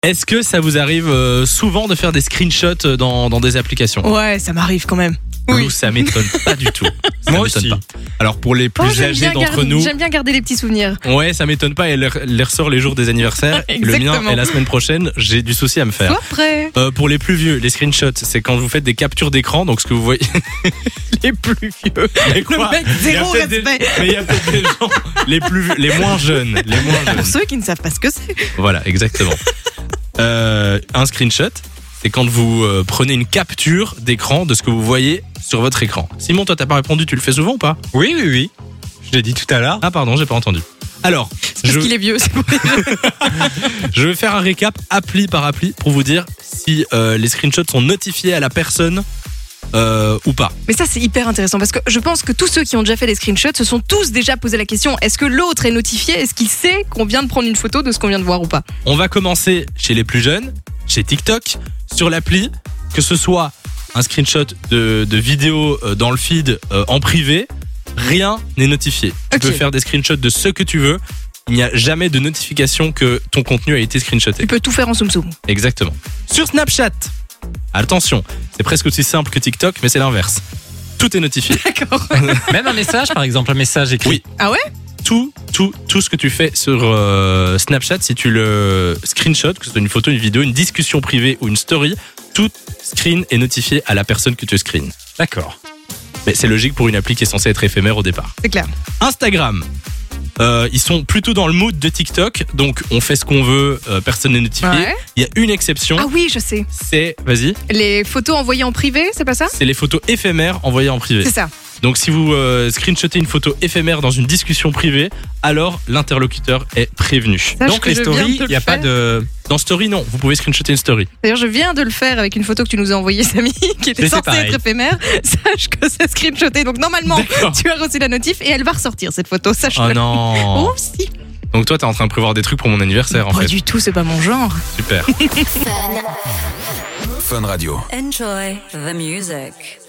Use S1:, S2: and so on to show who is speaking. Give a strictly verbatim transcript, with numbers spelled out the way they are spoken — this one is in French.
S1: Est-ce que ça vous arrive euh, souvent de faire des screenshots dans, dans des applications ?
S2: Ouais, ça m'arrive quand même.
S1: Nous,
S2: Oui.
S1: ça m'étonne pas du tout. Ça
S3: Moi
S1: m'étonne
S3: aussi.
S1: pas. Alors pour les plus
S2: Oh, j'aime
S1: âgés
S2: bien
S1: d'entre
S2: garder-
S1: nous,
S2: J'aime bien garder les petits souvenirs.
S1: ouais, ça m'étonne pas. Elle les ressort les jours des anniversaires. Le mien
S2: Exactement.
S1: est la semaine prochaine. J'ai du souci à me faire.
S2: Sois prêt.
S1: Euh, pour les plus vieux, les screenshots, c'est quand vous faites des captures d'écran. Donc ce que vous voyez, les plus vieux. Mais quoi
S2: Le mec,
S1: Il y a
S2: zéro
S1: peut-être des-
S2: respect.
S1: Mais il y a peut-être des gens les plus vieux- les moins jeunes, les moins jeunes.
S2: Pour ceux qui ne savent pas ce que c'est.
S1: Voilà, exactement. Euh, un screenshot, c'est quand vous euh, prenez une capture d'écran de ce que vous voyez sur votre écran. Simon, toi, t'as pas répondu, tu le fais souvent ou pas ?
S3: Oui, oui, oui. Je l'ai dit tout à l'heure.
S1: Ah, pardon, j'ai pas entendu. Alors,
S2: C'est parce
S1: je,
S2: qu'il est vieux, c'est pour
S1: je vais faire un récap appli par appli pour vous dire si euh, les screenshots sont notifiés à la personne euh, ou pas.
S2: Mais ça, c'est hyper intéressant parce que je pense que tous ceux qui ont déjà fait des screenshots se sont tous déjà posé la question, est-ce que l'autre est notifié ? Est-ce qu'il sait qu'on vient de prendre une photo de ce qu'on vient de voir ou pas ?
S1: On va commencer chez les plus jeunes, chez TikTok, sur l'appli, que ce soit un screenshot de, de vidéo euh, dans le feed euh, en privé, rien n'est notifié. Tu
S2: Ok.
S1: peux faire des screenshots de ce que tu veux. Il n'y a jamais de notification que ton contenu a été screenshoté.
S2: Tu peux tout faire en soum soum.
S1: Exactement. Sur Snapchat, attention, c'est presque aussi simple que TikTok, mais c'est l'inverse. Tout est notifié.
S2: D'accord.
S3: Même un message, par exemple, un message écrit.
S1: Oui.
S2: Ah ouais ?
S1: Tout, tout, tout ce que tu fais sur euh, Snapchat, si tu le screenshot, que ce soit une photo, une vidéo, une discussion privée ou une story, tout screen est notifié à la personne que tu screens.
S3: D'accord.
S1: Mais c'est logique pour une appli qui est censée être éphémère au départ.
S2: C'est clair.
S1: Instagram. Euh, ils sont plutôt dans le mood de TikTok, donc on fait ce qu'on veut, euh, personne n'est notifié.
S2: Ouais.
S1: Il y a une exception,
S2: Ah oui, je sais.
S1: c'est, vas-y,
S2: Les photos envoyées en privé, c'est pas ça ?
S1: c'est les photos éphémères envoyées en privé.
S2: C'est ça.
S1: Donc si vous euh, screenshotez une photo éphémère dans une discussion privée, alors l'interlocuteur est prévenu.
S2: Sache
S3: Donc
S2: que
S3: les
S2: je viens
S3: stories,
S2: de
S3: il n'y a
S2: le
S3: pas
S2: faire.
S3: de.
S1: Dans Story, non, vous pouvez screenshotter une story.
S2: D'ailleurs, je viens de le faire avec une photo que tu nous as envoyée, Samy, qui était
S3: Mais c'est
S2: censée
S3: pareil.
S2: être éphémère. Sache que c'est screenshoté. Donc normalement,
S1: D'accord.
S2: tu as reçu la notif et elle va ressortir cette photo. Sache-le.
S1: Oh non.
S2: Oh si.
S1: Donc toi, t'es en train de prévoir des trucs pour mon anniversaire en
S2: Pas
S1: fait.
S2: du tout, c'est pas mon genre.
S1: Super.
S4: Fun Radio.
S5: Enjoy the music.